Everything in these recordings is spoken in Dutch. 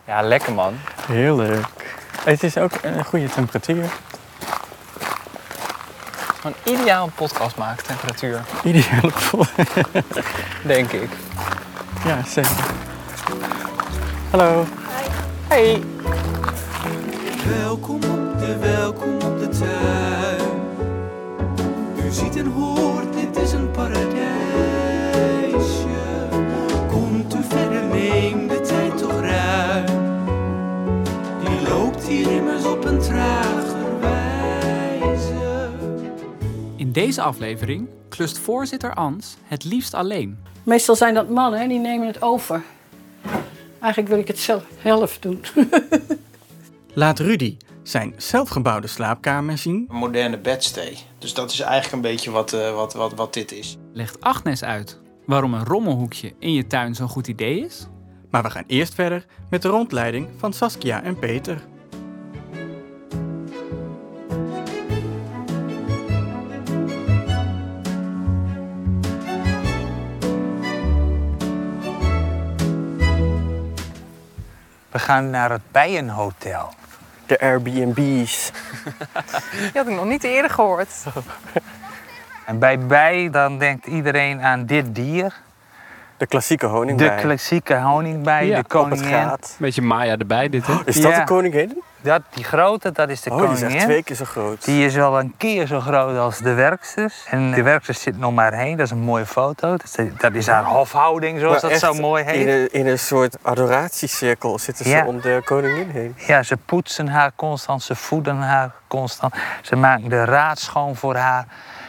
Ja, lekker man. Heerlijk. Het is ook een goede temperatuur. Een ideaal podcastmaaktemperatuur. Ideale vol. Denk ik. Ja, zeker. Hallo. Hey. Welkom op de tuin. U ziet en hoort, dit is een paradijsje. Komt u verder, neem de tijd toch ruim. Die loopt hier immers op een trager wijze. In deze aflevering klust voorzitter Ans het liefst alleen. Meestal zijn dat mannen, die nemen het over. Eigenlijk wil ik het zelf doen. Laat Rudy zijn zelfgebouwde slaapkamer zien. Een moderne bedstee. Dus dat is eigenlijk een beetje wat dit is. Legt Agnes uit waarom een rommelhoekje in je tuin zo'n goed idee is. Maar we gaan eerst verder met de rondleiding van Saskia en Peter. We gaan naar het Bijenhotel. De Airbnb's. Die had ik nog niet eerder gehoord. En bij bij, dan denkt iedereen aan dit dier. De klassieke honingbij. De klassieke honingbij, Ja, de op het koningin. gaat. Beetje Maya erbij dit, hè? Is dat Ja. de koningin? Die grote, dat is de Die is koningin. echt 2 keer zo groot. Die is wel een keer zo groot als de werksters. En de werksters zit nog maar heen. Dat is een mooie foto. Dat is haar hofhouding, zoals Maar dat zo echt mooi heet. in een soort adoratiecirkel zitten ze Ja. om de koningin heen. Ja, ze poetsen haar constant, ze voeden haar constant. Ze maken de raad schoon voor haar.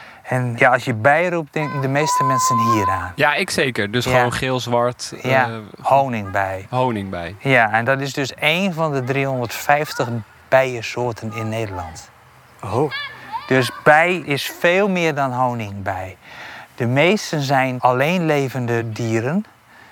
En ja, als je bijroept, denken de meeste mensen hier aan. Ja, ik zeker. Dus Ja. gewoon geel-zwart Ja, honingbij. honing bij. Ja, en dat is dus één van de 350 bijensoorten in Nederland. Oh, Dus bij is veel meer dan honingbij. De meeste zijn alleenlevende dieren.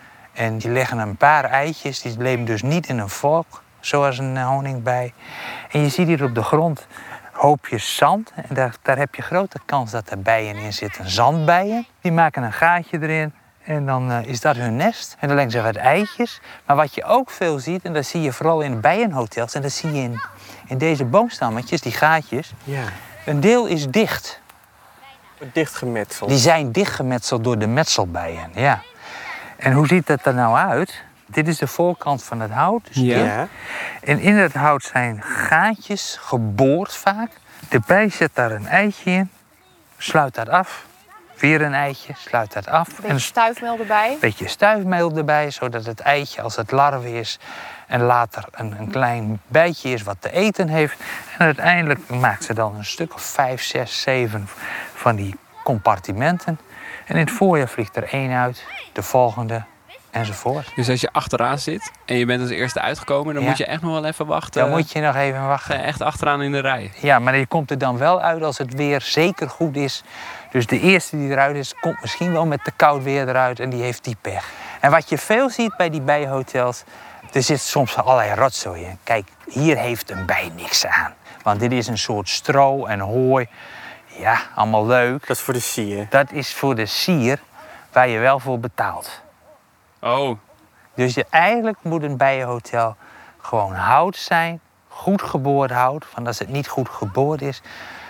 En die leggen een paar eitjes. Die leven dus niet in een volk, zoals een honingbij. En je ziet hier op de grond hoopjes zand. En daar heb je grote kans dat er bijen in zitten. Zandbijen. Die maken een gaatje erin. En dan is dat hun nest. En dan leggen ze wat eitjes. Maar wat je ook veel ziet, en dat zie je vooral in bijenhotels... en dat zie je in deze boomstammetjes, die gaatjes... ja. een deel is dicht. Dichtgemetseld. Die zijn dichtgemetseld door de metselbijen, ja. En hoe ziet dat er nou uit? Dit is de voorkant van het hout. Dus Ja. Ja. En in het hout zijn gaatjes geboord vaak. De bij zet daar een eitje in, sluit dat af. Weer een eitje, sluit dat af. Een beetje stuifmeel erbij. Een beetje stuifmeel erbij, zodat het eitje, als het larve is... en later een klein bijtje is wat te eten heeft. En uiteindelijk maakt ze dan een stuk of 5, 6, 7 van die compartimenten. En in het voorjaar vliegt er 1 uit, de volgende enzovoort. Dus als je achteraan zit en je bent als eerste uitgekomen... dan Ja. moet je echt nog wel even wachten. Dan moet je nog even Ga wachten. je echt achteraan in de rij. Ja, maar je komt er dan wel uit als het weer zeker goed is. Dus de eerste die eruit is, komt misschien wel met te koud weer eruit en die heeft die pech. En wat je veel ziet bij die bijenhotels, er zit soms allerlei rotzooi in. Kijk, hier heeft een bij niks aan. Want dit is een soort stro en hooi. Ja, allemaal leuk. Dat is voor de sier. Dat is voor de sier waar je wel voor betaalt. Oh, Dus eigenlijk moet een bijenhotel gewoon hout zijn, goed geboord hout. Want als het niet goed geboord is,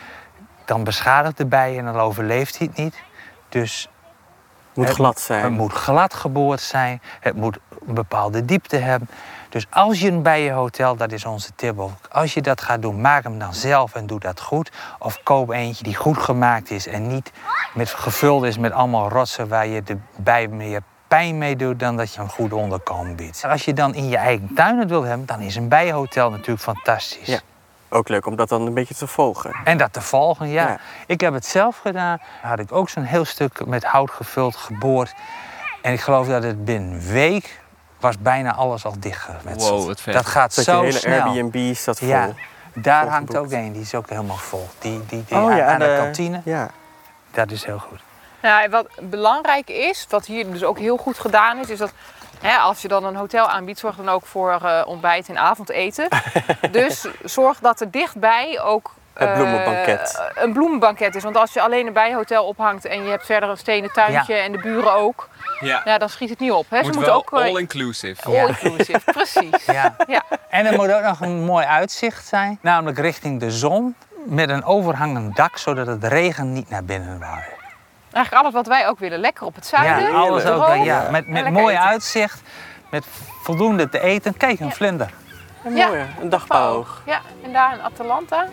dan beschadigt de bij en dan overleeft hij het niet. Dus Moet glad zijn. het moet glad geboord zijn, het moet een bepaalde diepte hebben. Dus als je een bijenhotel, dat is onze tip ook, als je dat gaat doen, maak hem dan zelf en doe dat goed. Of koop eentje die goed gemaakt is en niet gevuld is met allemaal rotsen waar je de bij meer pijn mee doet dan dat je een goed onderkomen biedt. Als je dan in je eigen tuin het wil hebben, dan is een bijenhotel natuurlijk fantastisch. Ja. Ook leuk om dat dan een beetje te volgen. En dat te volgen, ja. Ja. Ik heb het zelf gedaan. Had ik ook zo'n heel stuk met hout gevuld, geboord. En ik geloof dat het binnen een week was bijna alles al dichtgemetseld. Wow, wat vet. Dat gaat Dat je zo hele snel. Airbnb staat vol. Ja, daar vol hangt geboekt. ook een, die is ook helemaal vol. Die Oh ja, aan de kantine, Ja. dat is heel goed. Nou, wat belangrijk is, wat hier dus ook heel goed gedaan is dat als je dan een hotel aanbiedt, zorg dan ook voor ontbijt en avondeten. Dus zorg dat er dichtbij ook Het bloemenbanket. Een bloemenbanket is. Want als je alleen een bijhotel ophangt en je hebt verder een stenen tuintje en de buren ook, Ja. dan schiet het niet op. Hè? Ze Moet moeten wel ook all-inclusive. all-inclusive, precies. Ja. Ja. En er moet ook nog een mooi uitzicht zijn, namelijk richting de zon, met een overhangend dak, zodat het regen niet naar binnen waait. Eigenlijk alles wat wij ook willen. Lekker op het zuiden. Ja, alles ook. droog, Ja, met en lekker mooi eten. uitzicht, met voldoende te eten. Kijk, een vlinder. Een Ja. mooie, een dagpaarhoog. Ja, en daar in Atalanta.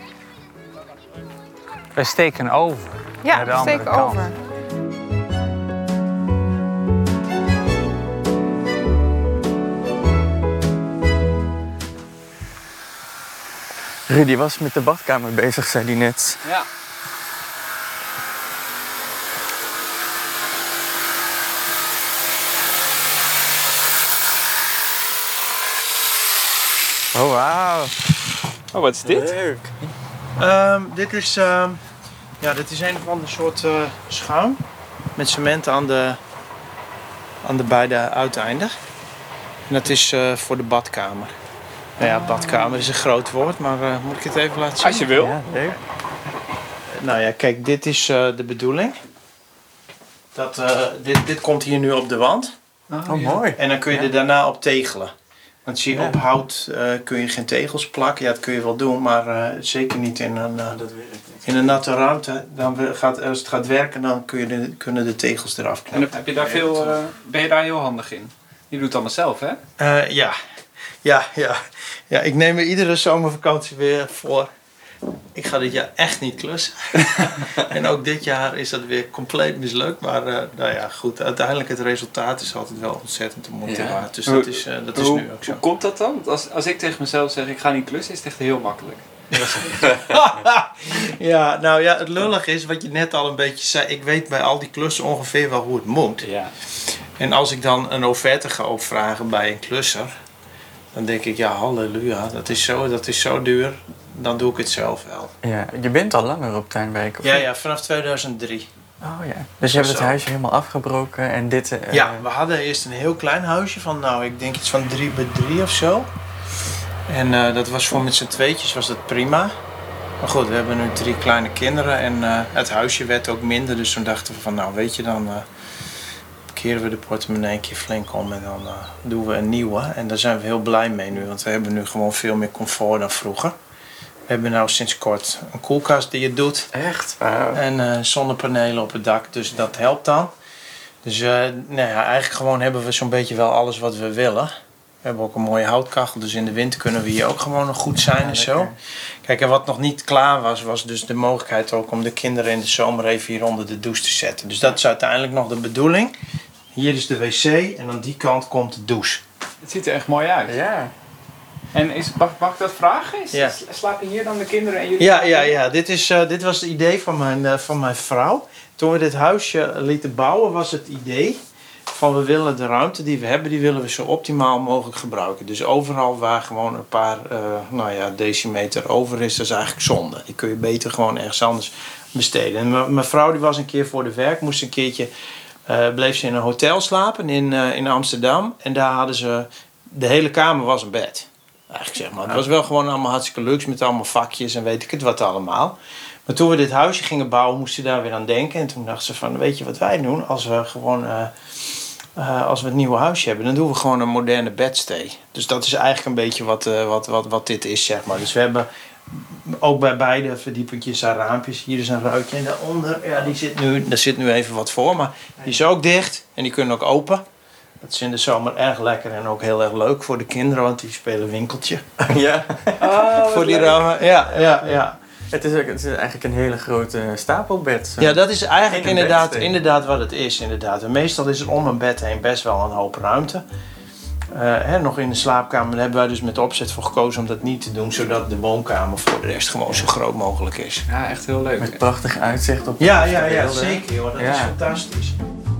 We steken over. Ja, naar de we andere steken kant. over. Rudy was met de badkamer bezig, zei hij net. Ja. Oh, wauw. Oh, wat is dit? Dit is dit is een of ander soort schuim met cement aan de beide uiteinden. En dat is voor de badkamer. Nou ja, badkamer is een groot woord, maar moet ik het even laten zien? Als je wil. Ja, leuk. Nou ja, kijk, dit is de bedoeling. Dit komt hier nu op de wand. Oh, mooi. En dan kun je er daarna op tegelen. Want zie je, op hout kun je geen tegels plakken. Ja, dat kun je wel doen, maar zeker niet in een natte ruimte. Als het gaat werken, dan kunnen de tegels eraf En knappen. heb je daar ben je daar heel handig in? Je doet het allemaal zelf, hè? Ja, ik neem me iedere zomervakantie weer voor. Ik ga dit jaar echt niet klussen. En ook dit jaar is dat weer compleet mislukt. Maar nou ja, goed. Uiteindelijk het resultaat is altijd wel ontzettend de moeite waard. Dus dat is nu ook zo. Hoe komt dat dan? Als ik tegen mezelf zeg, ik ga niet klussen, is het echt heel makkelijk. Ja, nou ja, het lullige is wat je net al een beetje zei. Ik weet bij al die klussen ongeveer wel hoe het moet. Ja. En als ik dan een offerte ga opvragen bij een klusser, dan denk ik, ja, halleluja, dat is zo duur. Dan doe ik het zelf wel. Ja, je bent al langer op Tuinwijk, of niet? Ja, vanaf 2003. Oh ja. Dus je hebt het Zo. huisje helemaal afgebroken en dit... Ja, we hadden eerst een heel klein huisje van, nou, ik denk iets van 3 bij 3 of zo. En dat was voor met z'n tweetjes was dat prima. Maar goed, we hebben nu 3 kleine kinderen en het huisje werd ook minder. Dus toen dachten we van, nou weet je, dan keren we de portemonnee een keer flink om en dan doen we een nieuwe. En daar zijn we heel blij mee nu, want we hebben nu gewoon veel meer comfort dan vroeger. We hebben nou sinds kort een koelkast die het doet. Echt? Wauw. En zonnepanelen op het dak, dus dat helpt dan. Dus nou ja, eigenlijk gewoon hebben we zo'n beetje wel alles wat we willen. We hebben ook een mooie houtkachel, dus in de winter kunnen we hier ook gewoon nog goed zijn en zo. lekker. Kijk, en wat nog niet klaar was dus de mogelijkheid ook om de kinderen in de zomer even hier onder de douche te zetten. Dus dat is uiteindelijk nog de bedoeling. Hier is de wc en aan die kant komt de douche. Het ziet er echt mooi uit. Ja. En mag ik dat vragen? Ja. Slapen hier dan de kinderen en jullie? Ja. Dit was het idee van mijn vrouw. Toen we dit huisje lieten bouwen was het idee van we willen de ruimte die we hebben, die willen we zo optimaal mogelijk gebruiken. Dus overal waar gewoon een paar decimeter over is, dat is eigenlijk zonde. Die kun je beter gewoon ergens anders besteden. En mijn vrouw die was een keer voor de werk, moest een keertje, bleef ze in een hotel slapen in Amsterdam. En daar hadden ze, de hele kamer was een bed. Eigenlijk zeg maar. Het was wel gewoon allemaal hartstikke luxe met allemaal vakjes en weet ik het wat allemaal. Maar toen we dit huisje gingen bouwen, moest ze daar weer aan denken. En toen dacht ze van, weet je wat wij doen? Als we gewoon, als we het nieuwe huisje hebben, dan doen we gewoon een moderne bedstay. Dus dat is eigenlijk een beetje wat dit is, zeg maar. Dus we hebben ook bij beide verdiepingjes zijn raampjes. Hier is een ruitje en daaronder, ja, daar zit nu even wat voor. Maar die is ook dicht en die kunnen ook open. Dat is in de zomer erg lekker en ook heel erg leuk voor de kinderen, want die spelen winkeltje. Ja. Voor die ramen, ja. Het is eigenlijk een hele grote stapelbed. Zo. Ja, dat is eigenlijk In een bedstee. inderdaad wat het is. Inderdaad. En meestal is er om een bed heen best wel een hoop ruimte. Nog in de slaapkamer daar hebben wij dus met opzet voor gekozen om dat niet te doen, zodat de woonkamer voor de rest gewoon zo groot mogelijk is. Ja, echt heel leuk. Met prachtig uitzicht op Ja, beelden. zeker joh. Dat Ja. is fantastisch.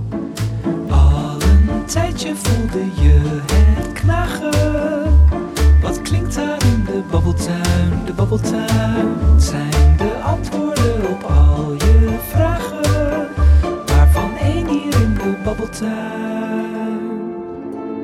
Al een tijdje voelde je het knagen. Wat klinkt daar in de babbeltuin? De babbeltuin zijn de antwoorden op al je vragen. Waarvan één hier in de babbeltuin.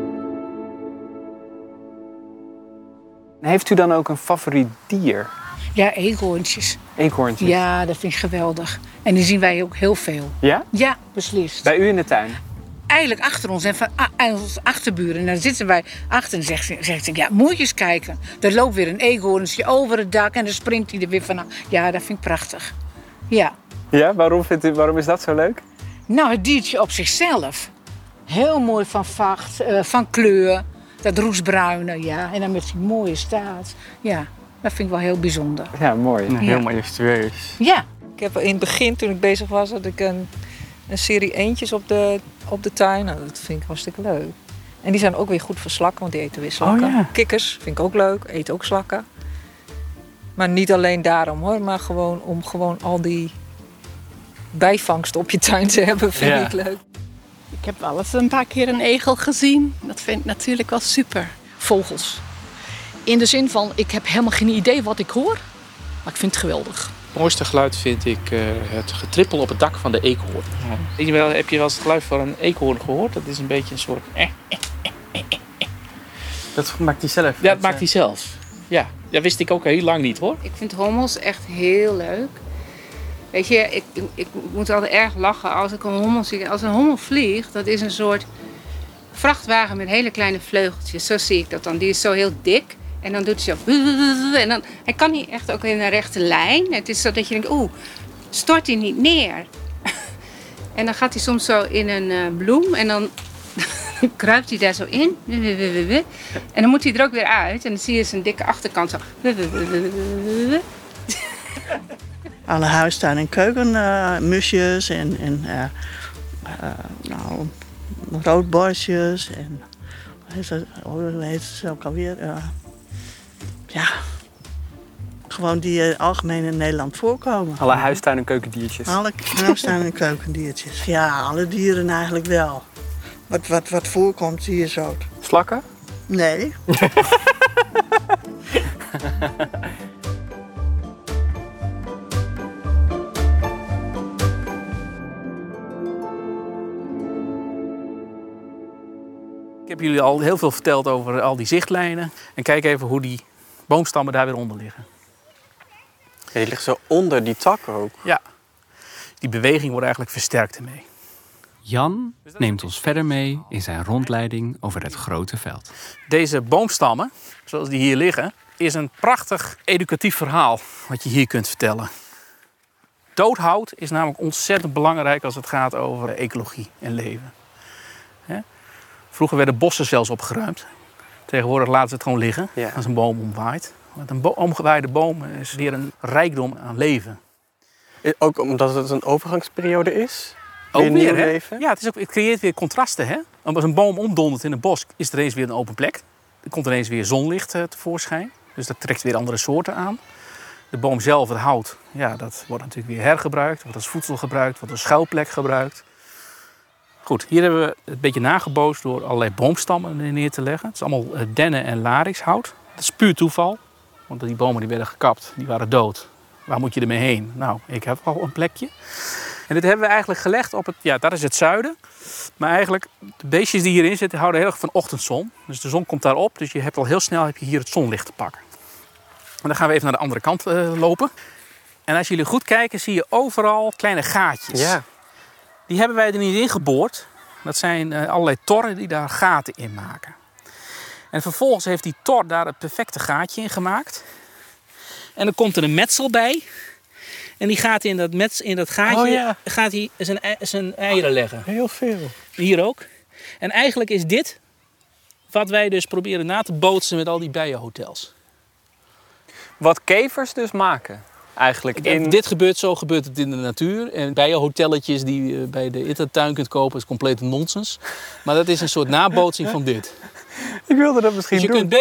Heeft u dan ook een favoriet dier? Ja, eekhoorntjes. Eekhoorntjes? Ja, dat vind ik geweldig. En die zien wij ook heel veel. Ja? Ja, beslist. Bij u in de tuin? Eigenlijk achter ons en van onze achterburen. En dan zitten wij achter en zegt ze, ja, moet je eens kijken. Er loopt weer een eekhoorntje over het dak en dan springt hij er weer vanaf. Ja, dat vind ik prachtig. Ja. Ja, waarom is dat zo leuk? Nou, het diertje op zichzelf. Heel mooi van vacht, van kleur. Dat roestbruine, ja. En dan met die mooie staart. Ja, dat vind ik wel heel bijzonder. Ja, mooi. Heel majestueus. Ja. Ik heb in het begin, toen ik bezig was, had ik een serie eendjes op de tuin. Nou, dat vind ik hartstikke leuk. En die zijn ook weer goed voor slakken, want die eten weer slakken. Oh, ja. Kikkers vind ik ook leuk, eten ook slakken. Maar niet alleen daarom hoor, maar gewoon om gewoon al die bijvangst op je tuin te hebben, vind ik leuk. Ik heb wel eens een paar keer een egel gezien. Dat vind ik natuurlijk wel super. Vogels. In de zin van, ik heb helemaal geen idee wat ik hoor. Maar ik vind het geweldig. Het mooiste geluid vind ik het getrippel op het dak van de eekhoorn. Ja. Heb je wel eens het geluid van een eekhoorn gehoord? Dat is een beetje een soort... Dat maakt hij zelf? Ja, dat maakt hij zelf. Ja, dat wist ik ook heel lang niet hoor. Ik vind hommels echt heel leuk. Weet je, ik moet altijd erg lachen als ik een hommel zie. Als een hommel vliegt, dat is een soort vrachtwagen met hele kleine vleugeltjes. Zo zie ik dat dan. Die is zo heel dik. En dan doet hij zo... En dan, hij kan niet echt ook in een rechte lijn. Het is zo dat je denkt, stort hij niet neer. En dan gaat hij soms zo in een bloem en dan kruipt hij daar zo in. En dan moet hij er ook weer uit. En dan zie je zijn dikke achterkant zo... Alle huistuin- en keukenmusjes en roodborstjes en hoe heet het ook alweer? Ja, gewoon die algemeen in Nederland voorkomen. Alle huistuin- en keukendiertjes? Alle huistuin- en keukendiertjes. Ja, alle dieren eigenlijk wel. Wat voorkomt hier zo. Slakken? Nee. Ik heb jullie al heel veel verteld over al die zichtlijnen. En kijk even hoe die boomstammen daar weer onder liggen. Ja, die ligt zo onder die takken ook. Ja, die beweging wordt eigenlijk versterkt ermee. Jan neemt ons verder mee in zijn rondleiding over het grote veld. Deze boomstammen, zoals die hier liggen, is een prachtig educatief verhaal wat je hier kunt vertellen. Doodhout is namelijk ontzettend belangrijk als het gaat over ecologie en leven. Vroeger werden bossen zelfs opgeruimd. Tegenwoordig laten ze het gewoon liggen als een boom omwaait. Want een omgewaaide boom is weer een rijkdom aan leven. Ook omdat het een overgangsperiode is? Ook weer, hè? Leven? Ja, het creëert weer contrasten. Hè? Als een boom omdondert in een bos, is er ineens weer een open plek. Er komt ineens weer zonlicht tevoorschijn. Dus dat trekt weer andere soorten aan. De boom zelf, het hout, ja, dat wordt natuurlijk weer hergebruikt. Wordt als voedsel gebruikt, wordt als schuilplek gebruikt. Goed, hier hebben we het een beetje nagebootst door allerlei boomstammen neer te leggen. Het is allemaal dennen- en larixhout. Dat is puur toeval. Want die bomen die werden gekapt, die waren dood. Waar moet je ermee heen? Nou, ik heb al een plekje. En dit hebben we eigenlijk gelegd op het... Ja, dat is het zuiden. Maar eigenlijk, de beestjes die hierin zitten, houden heel erg van ochtendzon. Dus de zon komt daarop. Dus je hebt al heel snel hier het zonlicht te pakken. En dan gaan we even naar de andere kant lopen. En als jullie goed kijken, zie je overal kleine gaatjes. Ja. Die hebben wij er niet in geboord. Dat zijn allerlei torren die daar gaten in maken. En vervolgens heeft die tor daar het perfecte gaatje in gemaakt. En dan komt er een metsel bij. En die gaat in dat gaatje gaat hij zijn eieren leggen. Heel veel. Hier ook. En eigenlijk is dit wat wij dus proberen na te bootsen met al die bijenhotels. Wat kevers dus maken, eigenlijk. Dit gebeurt het in de natuur. En bijenhotelletjes die je bij de Intertuin kunt kopen is complete nonsens. Maar dat is een soort nabootsing van dit. Ik wilde dat misschien dus doen.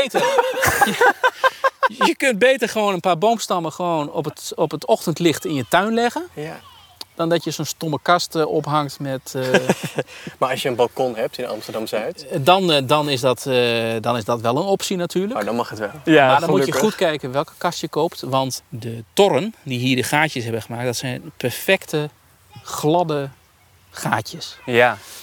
Je kunt beter gewoon een paar boomstammen gewoon op het ochtendlicht in je tuin leggen. Ja. Dan dat je zo'n stomme kast ophangt met... Maar als je een balkon hebt in Amsterdam-Zuid... Dan is dat wel een optie natuurlijk. Oh, dan mag het wel. Ja, maar dan moet je goed kijken welke kast je koopt. Want de torren die hier de gaatjes hebben gemaakt... dat zijn perfecte, gladde gaatjes. Ja.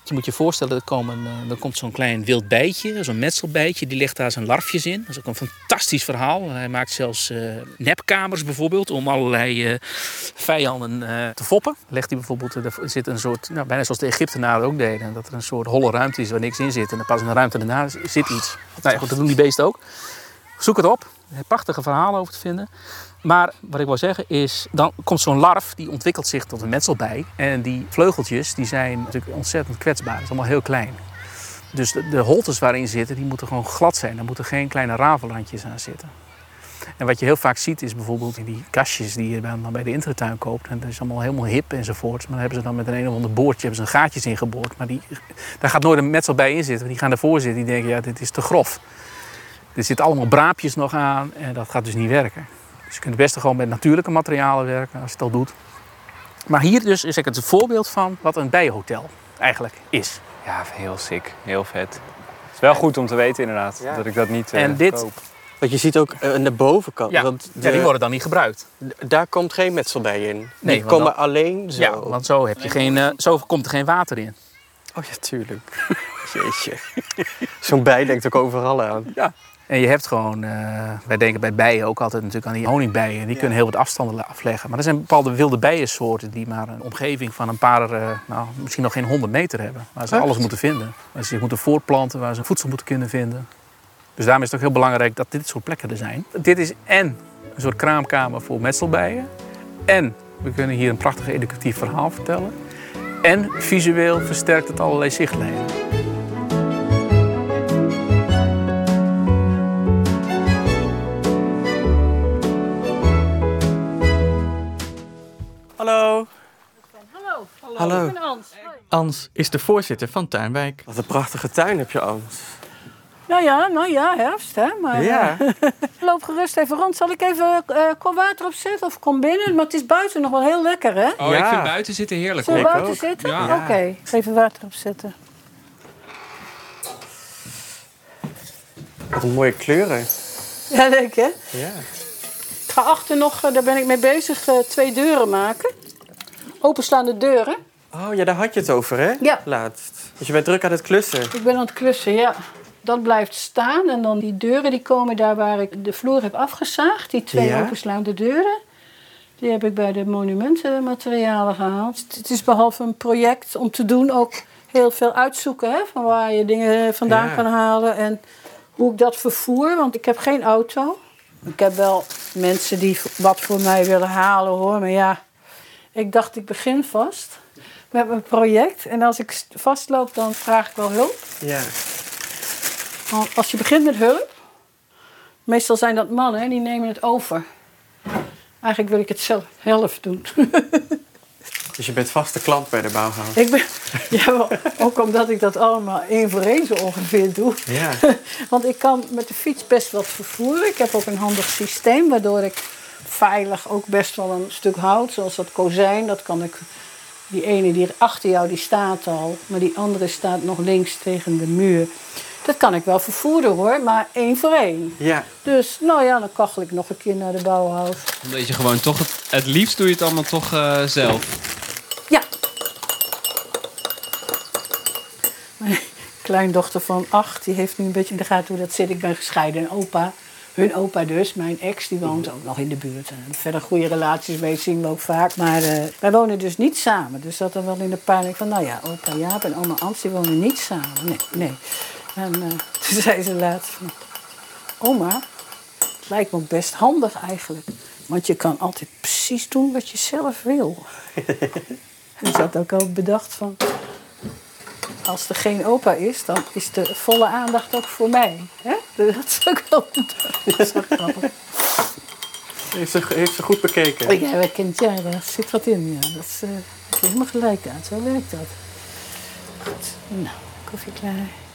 Je moet je voorstellen, er komt zo'n klein wild bijtje, zo'n metselbijtje. Die legt daar zijn larfjes in. Dat is ook een fantastisch verhaal. Hij maakt zelfs nepkamers bijvoorbeeld om allerlei vijanden te foppen. Legt hij bijvoorbeeld, er zit een soort, bijna zoals de Egyptenaren ook deden. Dat er een soort holle ruimte is waar niks in zit. En dan pas in de ruimte daarna zit iets. Nou ja, goed, dat doen die beesten ook. Zoek het op. Prachtige verhalen over te vinden. Maar wat ik wil zeggen is, dan komt zo'n larf, die ontwikkelt zich tot een metselbij. En die vleugeltjes die zijn natuurlijk ontzettend kwetsbaar. Dat is allemaal heel klein. Dus de holtes waarin zitten, die moeten gewoon glad zijn. Daar moeten geen kleine rafelrandjes aan zitten. En wat je heel vaak ziet is bijvoorbeeld in die kastjes die je dan bij de intratuin koopt. En dat is allemaal helemaal hip enzovoort. Maar dan hebben ze dan met een of ander boordje hebben ze een gaatjes ingeboord. Maar daar gaat nooit een metselbij in zitten. Die gaan ervoor zitten, die denken, ja, dit is te grof. Er zitten allemaal braapjes nog aan en dat gaat dus niet werken. Dus je kunt het beste gewoon met natuurlijke materialen werken als je het al doet. Maar hier dus is het voorbeeld van wat een bijenhotel eigenlijk is. Ja, heel sick. Heel vet. Het is wel goed om te weten inderdaad, dat ik dat niet en dit, koop. Want je ziet ook aan de bovenkant. Ja, want die worden dan niet gebruikt. Daar komt geen metselbij in. Nee, die komen alleen zo. Ja, want zo, zo komt er geen water in. Oh ja, tuurlijk. Jeetje. Zo'n bij denkt ook overal aan. Ja. En je hebt gewoon, wij denken bij bijen ook altijd natuurlijk aan die honingbijen. Die kunnen heel wat afstanden afleggen. Maar er zijn bepaalde wilde bijensoorten die maar een omgeving van een paar, misschien nog geen 100 meter hebben. Waar ze alles moeten vinden. Waar ze zich moeten voortplanten, waar ze voedsel moeten kunnen vinden. Dus daarom is het ook heel belangrijk dat dit soort plekken er zijn. Dit is en een soort kraamkamer voor metselbijen. En we kunnen hier een prachtig educatief verhaal vertellen. En visueel versterkt het allerlei zichtlijnen. Hallo. Hallo. Ik ben Ans. Ans is de voorzitter van Tuinwijk. Wat een prachtige tuin heb je, Ans. Nou ja, herfst hè. Maar Ja. loop gerust even rond. Zal ik even kom water opzetten of kom binnen? Maar het is buiten nog wel heel lekker hè. Oh, ik vind buiten zitten heerlijk. Zullen we hoor. buiten zitten? Ja. Oké, even water opzetten. Wat een mooie kleuren. Ja, leuk hè. Ja. Ik ga achter nog, daar ben ik mee bezig, 2 deuren maken. Openslaande deuren. Oh ja, daar had je het over hè? Ja. Laatst. Dus je bent druk aan het klussen. Ik ben aan het klussen, ja. Dat blijft staan en dan die deuren die komen daar waar ik de vloer heb afgezaagd. Die 2 openslaande deuren. Die heb ik bij de monumentenmaterialen gehaald. Het is behalve een project om te doen ook heel veel uitzoeken. Hè, van waar je dingen vandaan kan halen en hoe ik dat vervoer. Want ik heb geen auto. Ik heb wel mensen die wat voor mij willen halen hoor. Maar ja, ik dacht ik begin vast met mijn project. En als ik vastloop dan vraag ik wel hulp. Ja. Want als je begint met hulp, meestal zijn dat mannen en die nemen het over. Eigenlijk wil ik het zelf doen. Dus je bent vaste klant bij de Bauhaus? Ik ben, ja, ook omdat ik dat allemaal 1 voor 1 zo ongeveer doe. Ja. Want ik kan met de fiets best wat vervoeren. Ik heb ook een handig systeem waardoor ik veilig ook best wel een stuk hout. Zoals dat kozijn, dat kan ik. Die ene die achter jou, die staat al. Maar die andere staat nog links tegen de muur. Dat kan ik wel vervoeren hoor, maar 1 voor 1. Ja. Dus nou ja, dan kachel ik nog een keer naar de Bauhaus. Omdat je gewoon toch, het liefst doe je het allemaal toch zelf. Ja. Mijn kleindochter van 8, die heeft nu een beetje in de gaten hoe dat zit. Ik ben gescheiden en opa, hun opa dus, mijn ex, die woont ook nog in de buurt. En verder goede relaties mee, zien we ook vaak. Maar wij wonen dus niet samen. Dus dat er wel in de paniek van, nou ja, opa Jaap en oma Ans, die wonen niet samen. Nee. En toen zei ze laatst van, oma, het lijkt me ook best handig eigenlijk. Want je kan altijd precies doen wat je zelf wil. En ze had ook al bedacht van, als er geen opa is, dan is de volle aandacht ook voor mij. Hè? Dat is ook wel bedacht. Dat is ook grappig. Heeft ze goed bekeken? Ja, daar zit wat in. Ja. Dat is helemaal gelijk aan. Zo werkt dat. Goed. Nou, koffie klaar.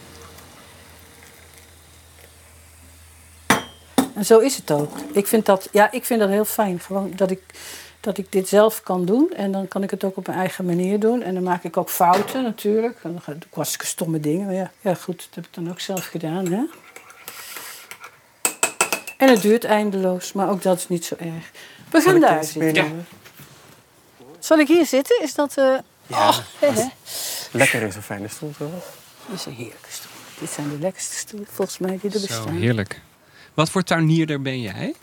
En zo is het ook. Ik vind dat heel fijn. Gewoon dat ik dit zelf kan doen. En dan kan ik het ook op mijn eigen manier doen. En dan maak ik ook fouten natuurlijk. En dan doe ik hartstikke stomme dingen. Maar ja, goed, dat heb ik dan ook zelf gedaan. Hè? En het duurt eindeloos. Maar ook dat is niet zo erg. We gaan daar zitten. Ja. Zal ik hier zitten? Is dat... Ja. Lekker in zo'n fijne stoel, toch? Dit is een heerlijke stoel. Dit zijn de lekkerste stoelen volgens mij die er bestaan. Zo, heerlijk. Wat voor tuinierder ben jij?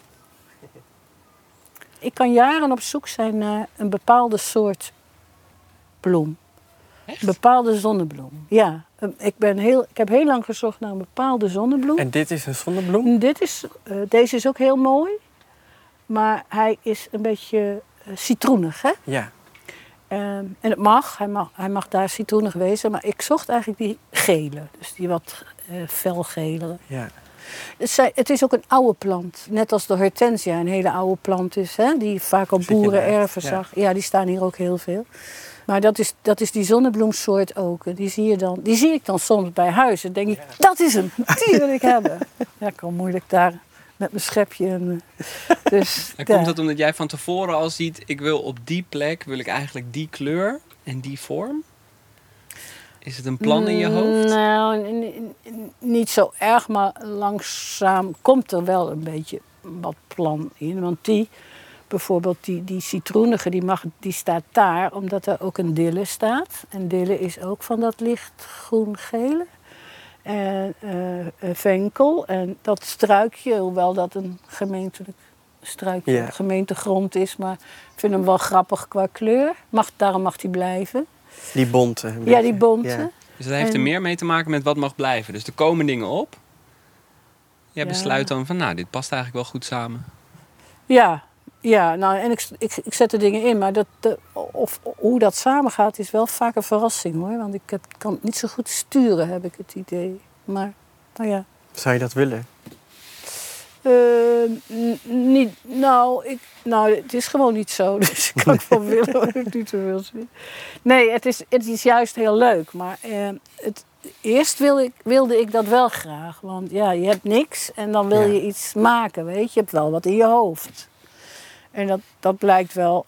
Ik kan jaren op zoek zijn naar een bepaalde soort bloem. Echt? Een bepaalde zonnebloem. Ja, ik heb heel lang gezocht naar een bepaalde zonnebloem. En dit is een zonnebloem? Deze is ook heel mooi. Maar hij is een beetje citroenig, hè? Ja. En hij mag daar citroenig wezen. Maar ik zocht eigenlijk die gele. Dus die wat felgele. Ja. Het is ook een oude plant. Net als de hortensia een hele oude plant is. Hè? Die je vaak op boerenerven zag. Ja, die staan hier ook heel veel. Maar dat is die zonnebloemsoort ook. Die zie ik dan soms bij huis. En denk ik, dat is hem. Die wil ik hebben. Ja, ik kan moeilijk daar met mijn schepje. Dus, En komt dat omdat jij van tevoren al ziet... ik wil op die plek, wil ik eigenlijk die kleur en die vorm? Is het een plan in je hoofd? Nou, niet zo erg, maar langzaam komt er wel een beetje wat plan in. Want bijvoorbeeld die citroenige, die staat daar omdat er ook een dille staat. En dille is ook van dat lichtgroen-gele. En venkel. En dat struikje, hoewel dat een gemeentelijk struikje, gemeentegrond is. Maar ik vind hem wel grappig qua kleur. Daarom mag die blijven. Die bonte. Ja, die bonte. Ja. Dus dat heeft er meer mee te maken met wat mag blijven. Dus er komen dingen op. Jij besluit dan van, dit past eigenlijk wel goed samen. Ja, nou, en ik zet er dingen in. Maar hoe dat samen gaat is wel vaak een verrassing, hoor. Want ik kan het niet zo goed sturen, heb ik het idee. Maar, nou ja. Zou je dat willen? Niet, het is gewoon niet zo. Dus ik kan ik wel willen wat ik niet zo wil zien. Nee, het is juist heel leuk. Maar eerst wilde ik dat wel graag. Want ja, je hebt niks en dan wil je iets maken, weet je. Je hebt wel wat in je hoofd. En dat blijkt wel...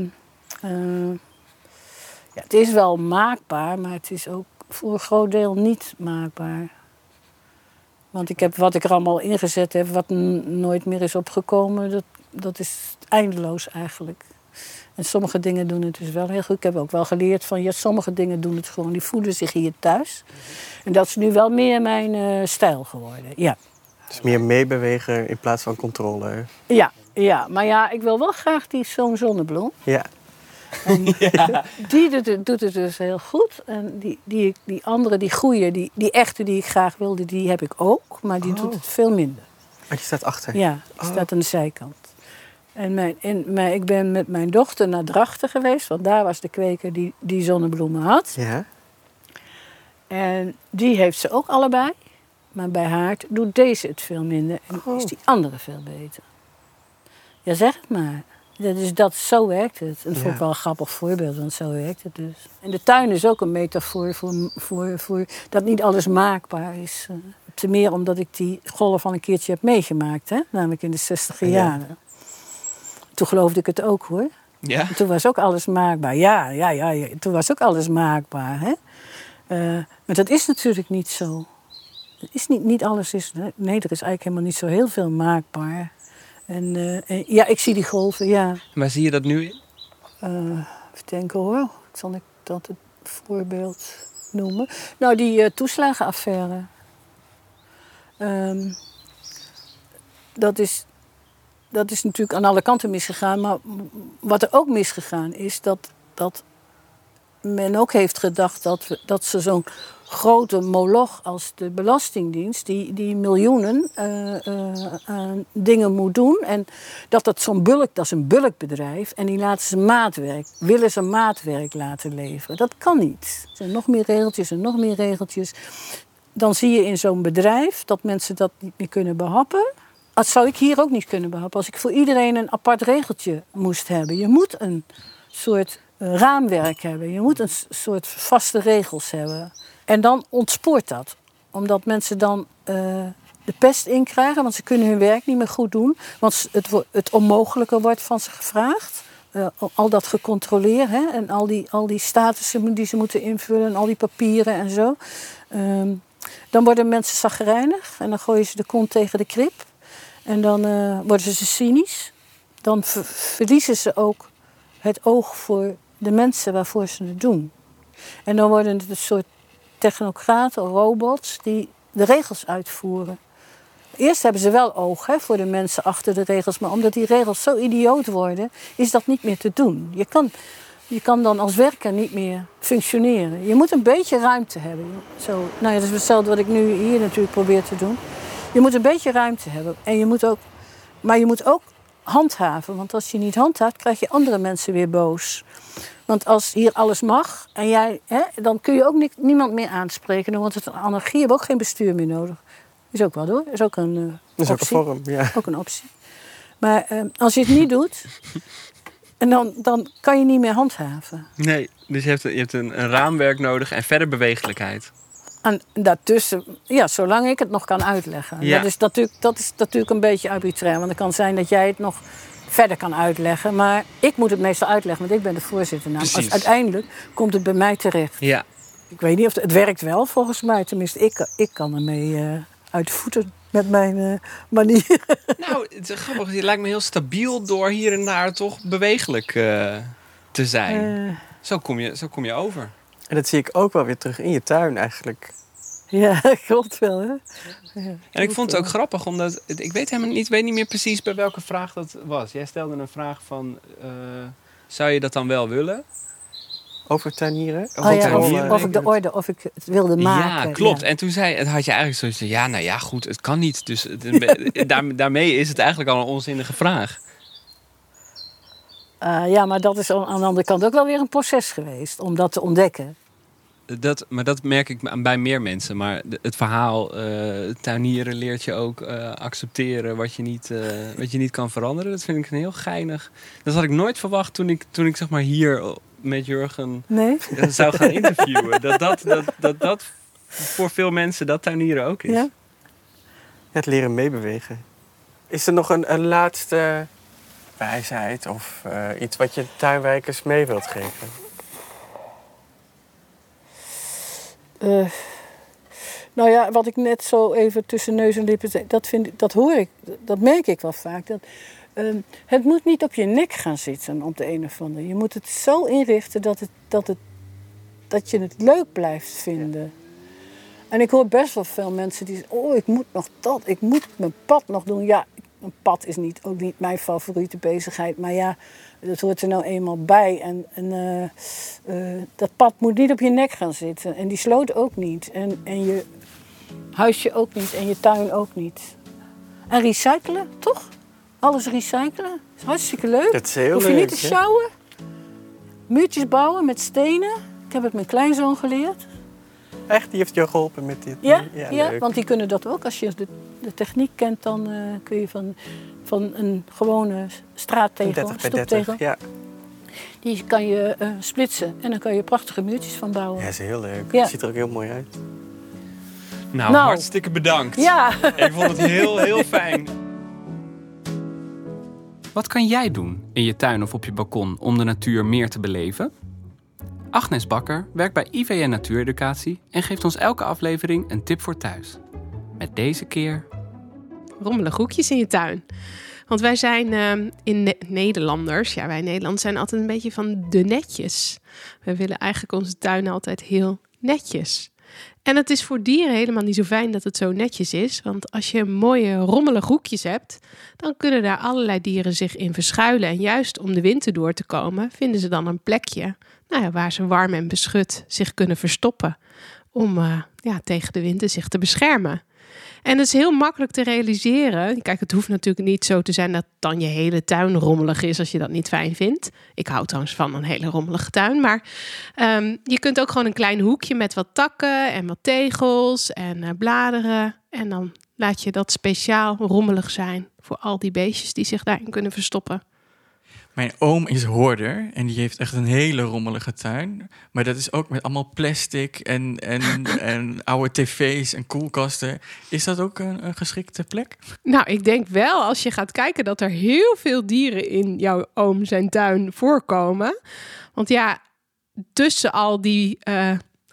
het is wel maakbaar, maar het is ook voor een groot deel niet maakbaar. Want wat ik er allemaal ingezet heb, wat nooit meer is opgekomen, dat is eindeloos eigenlijk. En sommige dingen doen het dus wel heel goed. Ik heb ook wel geleerd van, sommige dingen doen het gewoon, die voelen zich hier thuis. En dat is nu wel meer mijn stijl geworden, ja. Dus meer meebewegen in plaats van controle. Ja, maar ik wil wel graag zo'n zonnebloem. Ja. En die doet het dus heel goed. En die andere, die goeie, die echte die ik graag wilde, die heb ik ook. Maar die doet het veel minder. Maar die staat achter? Ja, die staat aan de zijkant. En ik ben met mijn dochter naar Drachten geweest. Want daar was de kweker die zonnebloemen had. Ja. En die heeft ze ook allebei. Maar bij haar doet deze het veel minder. En is die andere veel beter. Ja, zeg het maar. Zo werkt het. En dat vond ik wel een grappig voorbeeld, want zo werkt het dus. En de tuin is ook een metafoor voor dat niet alles maakbaar is. Ten meer omdat ik die golf al een keertje heb meegemaakt, hè? Namelijk in de 60e jaren. Toen geloofde ik het ook, hoor. Ja? En toen was ook alles maakbaar. Ja. Toen was ook alles maakbaar, hè? Maar dat is natuurlijk niet zo. Niet alles is... Nee, er is eigenlijk helemaal niet zo heel veel maakbaar. En ik zie die golven, ja. En waar zie je dat nu in? Even denken, hoor. Zal ik dat het voorbeeld noemen? Nou, die toeslagenaffaire. Dat is natuurlijk aan alle kanten misgegaan. Maar wat er ook misgegaan is dat men ook heeft gedacht dat ze zo'n grote moloch als de Belastingdienst, die miljoenen dingen moet doen. En dat is een bulkbedrijf. En die willen ze maatwerk laten leveren. Dat kan niet. Er zijn nog meer regeltjes en nog meer regeltjes. Dan zie je in zo'n bedrijf dat mensen dat niet meer kunnen behappen. Dat zou ik hier ook niet kunnen behappen. Als ik voor iedereen een apart regeltje moest hebben. Je moet een soort raamwerk hebben. Je moet een soort vaste regels hebben. En dan ontspoort dat. Omdat mensen dan de pest inkrijgen. Want ze kunnen hun werk niet meer goed doen. Want het onmogelijke wordt van ze gevraagd. Al dat gecontroleerd. Hè? En al die statussen die ze moeten invullen. En al die papieren en zo. Dan worden mensen chagrijnig. En dan gooien ze de kont tegen de krip. En dan worden ze cynisch. Dan verliezen ze ook het oog voor de mensen waarvoor ze het doen. En dan worden het een soort technocraten, robots, die de regels uitvoeren. Eerst hebben ze wel oog voor de mensen achter de regels. Maar omdat die regels zo idioot worden, is dat niet meer te doen. Je kan dan als werker niet meer functioneren. Je moet een beetje ruimte hebben. Zo, nou ja, dat is hetzelfde wat ik nu hier natuurlijk probeer te doen. Je moet een beetje ruimte hebben. Maar je moet ook handhaven. Want als je niet handhaaft, krijg je andere mensen weer boos. Want als hier alles mag, en jij, dan kun je ook niemand meer aanspreken. Dan wordt het een anarchie. Je hebt ook geen bestuur meer nodig. Is ook wel hoor. Is ook een optie. Ook een vorm, ja. Ook een optie. Maar als je het niet doet, en dan kan je niet meer handhaven. Nee, dus je hebt een raamwerk nodig en verder beweeglijkheid. En daartussen, ja, zolang ik het nog kan uitleggen. Ja. Dat is natuurlijk een beetje arbitrair. Want het kan zijn dat jij het nog verder kan uitleggen. Maar ik moet het meestal uitleggen, want ik ben de voorzitter. Nou, uiteindelijk komt het bij mij terecht. Ja. Ik weet niet of het werkt wel volgens mij. Tenminste, ik kan ermee uit de voeten met mijn manier. Nou, het is grappig. Je lijkt me heel stabiel door hier en daar toch bewegelijk te zijn. Zo kom je over. En dat zie ik ook wel weer terug in je tuin eigenlijk. Ja, klopt wel, hè? Ja, en ik vond het ook grappig, omdat ik weet niet meer precies bij welke vraag dat was. Jij stelde een vraag van, zou je dat dan wel willen? Over tuinieren? Of ik de orde, of ik het wilde maken. Ja, klopt. Ja. En toen had je eigenlijk zoiets van, ja, nou ja, goed, het kan niet. Dus daarmee is het eigenlijk al een onzinnige vraag. Ja, maar dat is aan de andere kant ook wel weer een proces geweest om dat te ontdekken. Maar dat merk ik bij meer mensen. Maar het verhaal tuinieren leert je ook accepteren wat je niet kan veranderen. Dat vind ik een heel geinig. Dat had ik nooit verwacht toen ik zeg maar hier met Jurgen zou gaan interviewen. Dat voor veel mensen dat tuinieren ook is. Ja? Het leren meebewegen. Is er nog een laatste wijsheid of iets wat je tuinwijkers mee wilt geven? Nou ja, wat ik net zo even tussen neus en lippen zei, dat merk ik wel vaak. Het moet niet op je nek gaan zitten op de een of andere. Je moet het zo inrichten dat je het leuk blijft vinden. En ik hoor best wel veel mensen die zeggen, ik moet nog dat, ik moet mijn pad nog doen. Ja, een pad is ook niet mijn favoriete bezigheid, maar ja, dat hoort er nou eenmaal bij. En dat pad moet niet op je nek gaan zitten. En die sloot ook niet. En je huisje ook niet. En je tuin ook niet. En recyclen, toch? Alles recyclen. Is hartstikke leuk. Dat is heel Hoef je leuk, niet te sjouwen. Muurtjes bouwen met stenen. Ik heb het mijn kleinzoon geleerd. Echt? Die heeft jou geholpen met dit? Ja, want die kunnen dat ook. Als je de techniek kent, dan kun je van een gewone straattegel, stoeptegel, die kan je splitsen. En dan kan je prachtige muurtjes van bouwen. Ja, dat is heel leuk. Ja. Het ziet er ook heel mooi uit. Nou, hartstikke bedankt. Ja. Ik vond het heel, heel fijn. Wat kan jij doen in je tuin of op je balkon om de natuur meer te beleven? Agnes Bakker werkt bij IVN Natuureducatie en geeft ons elke aflevering een tip voor thuis. Met deze keer rommelige hoekjes in je tuin. Want wij zijn Nederlanders, wij Nederlanders zijn altijd een beetje van de netjes. We willen eigenlijk onze tuin altijd heel netjes. En het is voor dieren helemaal niet zo fijn dat het zo netjes is. Want als je mooie rommelige hoekjes hebt, dan kunnen daar allerlei dieren zich in verschuilen. En juist om de winter door te komen, vinden ze dan een plekje waar ze warm en beschut zich kunnen verstoppen. Om tegen de winter zich te beschermen. En het is heel makkelijk te realiseren. Kijk, het hoeft natuurlijk niet zo te zijn dat dan je hele tuin rommelig is als je dat niet fijn vindt. Ik hou trouwens van een hele rommelige tuin. Maar je kunt ook gewoon een klein hoekje met wat takken en wat tegels en bladeren. En dan laat je dat speciaal rommelig zijn voor al die beestjes die zich daarin kunnen verstoppen. Mijn oom is hoorder en die heeft echt een hele rommelige tuin. Maar dat is ook met allemaal plastic en oude tv's en koelkasten. Is dat ook een geschikte plek? Nou, ik denk wel als je gaat kijken dat er heel veel dieren in jouw oom zijn tuin voorkomen. Want ja, tussen al die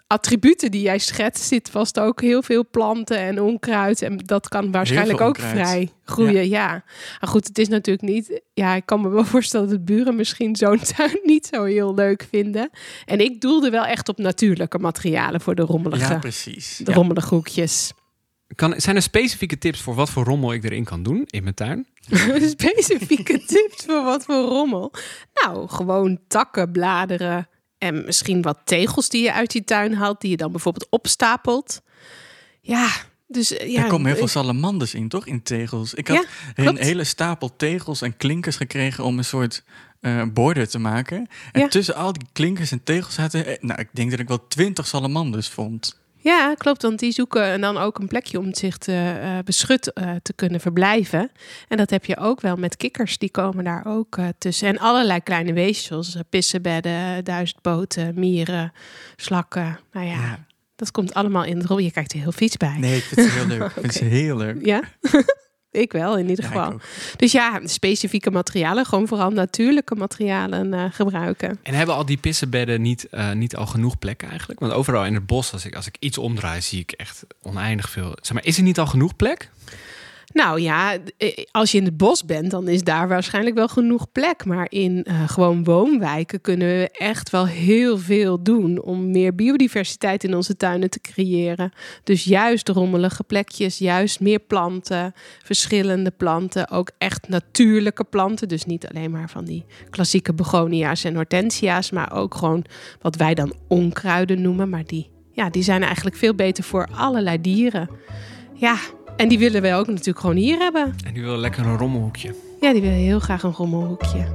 attributen die jij schetst zit vast ook heel veel planten en onkruid. En dat kan waarschijnlijk ook vrij groeien. Ja. Maar goed, het is natuurlijk niet... Ja, ik kan me wel voorstellen dat de buren misschien zo'n tuin niet zo heel leuk vinden. En ik doelde wel echt op natuurlijke materialen voor de rommelige hoekjes. Zijn er specifieke tips voor wat voor rommel ik erin kan doen in mijn tuin? Specifieke tips voor wat voor rommel? Nou, gewoon takken, bladeren en misschien wat tegels die je uit je tuin haalt, die je dan bijvoorbeeld opstapelt. Ja, dus ja. Er komen heel veel salamanders in, toch? In tegels. Ik had een hele stapel tegels en klinkers gekregen om een soort border te maken. En tussen al die klinkers en tegels zaten, ik denk dat ik wel 20 salamanders vond. Ja, klopt, want die zoeken dan ook een plekje om zich beschut te kunnen verblijven. En dat heb je ook wel met kikkers, die komen daar ook tussen. En allerlei kleine weesjes, pissenbedden, duizendpoten, mieren, slakken. Nou ja, dat komt allemaal in het rol. Je kijkt er heel vies bij. Nee, ik vind ze heel leuk. Ik vind ze heel leuk. Ja? Ik wel, in ieder geval. Dus ja, specifieke materialen, gewoon vooral natuurlijke materialen gebruiken. En hebben al die pissenbedden niet al genoeg plekken eigenlijk? Want overal in het bos, als ik iets omdraai, zie ik echt oneindig veel. Zeg maar, is er niet al genoeg plek? Nou ja, als je in het bos bent, dan is daar waarschijnlijk wel genoeg plek. Maar in gewoon woonwijken kunnen we echt wel heel veel doen om meer biodiversiteit in onze tuinen te creëren. Dus juist rommelige plekjes, juist meer planten, verschillende planten, ook echt natuurlijke planten. Dus niet alleen maar van die klassieke begonia's en hortensia's, maar ook gewoon wat wij dan onkruiden noemen. Maar die zijn eigenlijk veel beter voor allerlei dieren. Ja. En die willen wij ook natuurlijk gewoon hier hebben. En die willen lekker een rommelhoekje. Ja, die willen heel graag een rommelhoekje.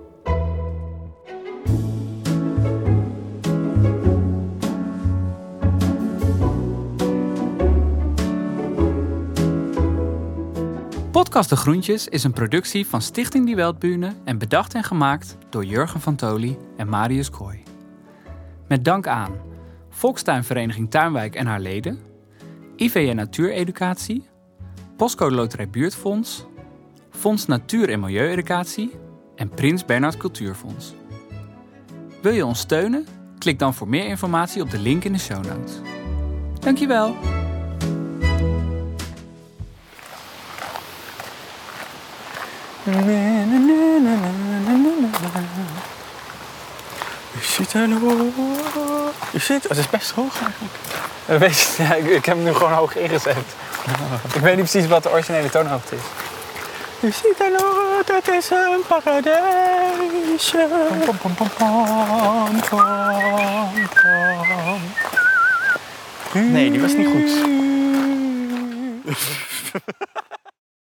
Podcast De Groentjes is een productie van Stichting Die Weltbühne en bedacht en gemaakt door Jurgen van Toli en Marius Kooi. Met dank aan Volkstuinvereniging Tuinwijk en haar leden, IVN Natuureducatie, Postcode Loterij Buurtfonds, Fonds Natuur- en Milieueducatie en Prins Bernhard Cultuurfonds. Wil je ons steunen? Klik dan voor meer informatie op de link in de show notes. Dankjewel! Je zit, het is best hoog eigenlijk. Ik heb hem nu gewoon hoog ingezet. Ik weet niet precies wat de originele toonhoogte is. Je ziet er nog, dat is een paradijsje. Pom, pom, pom, pom, pom, pom. Nee, die was niet goed.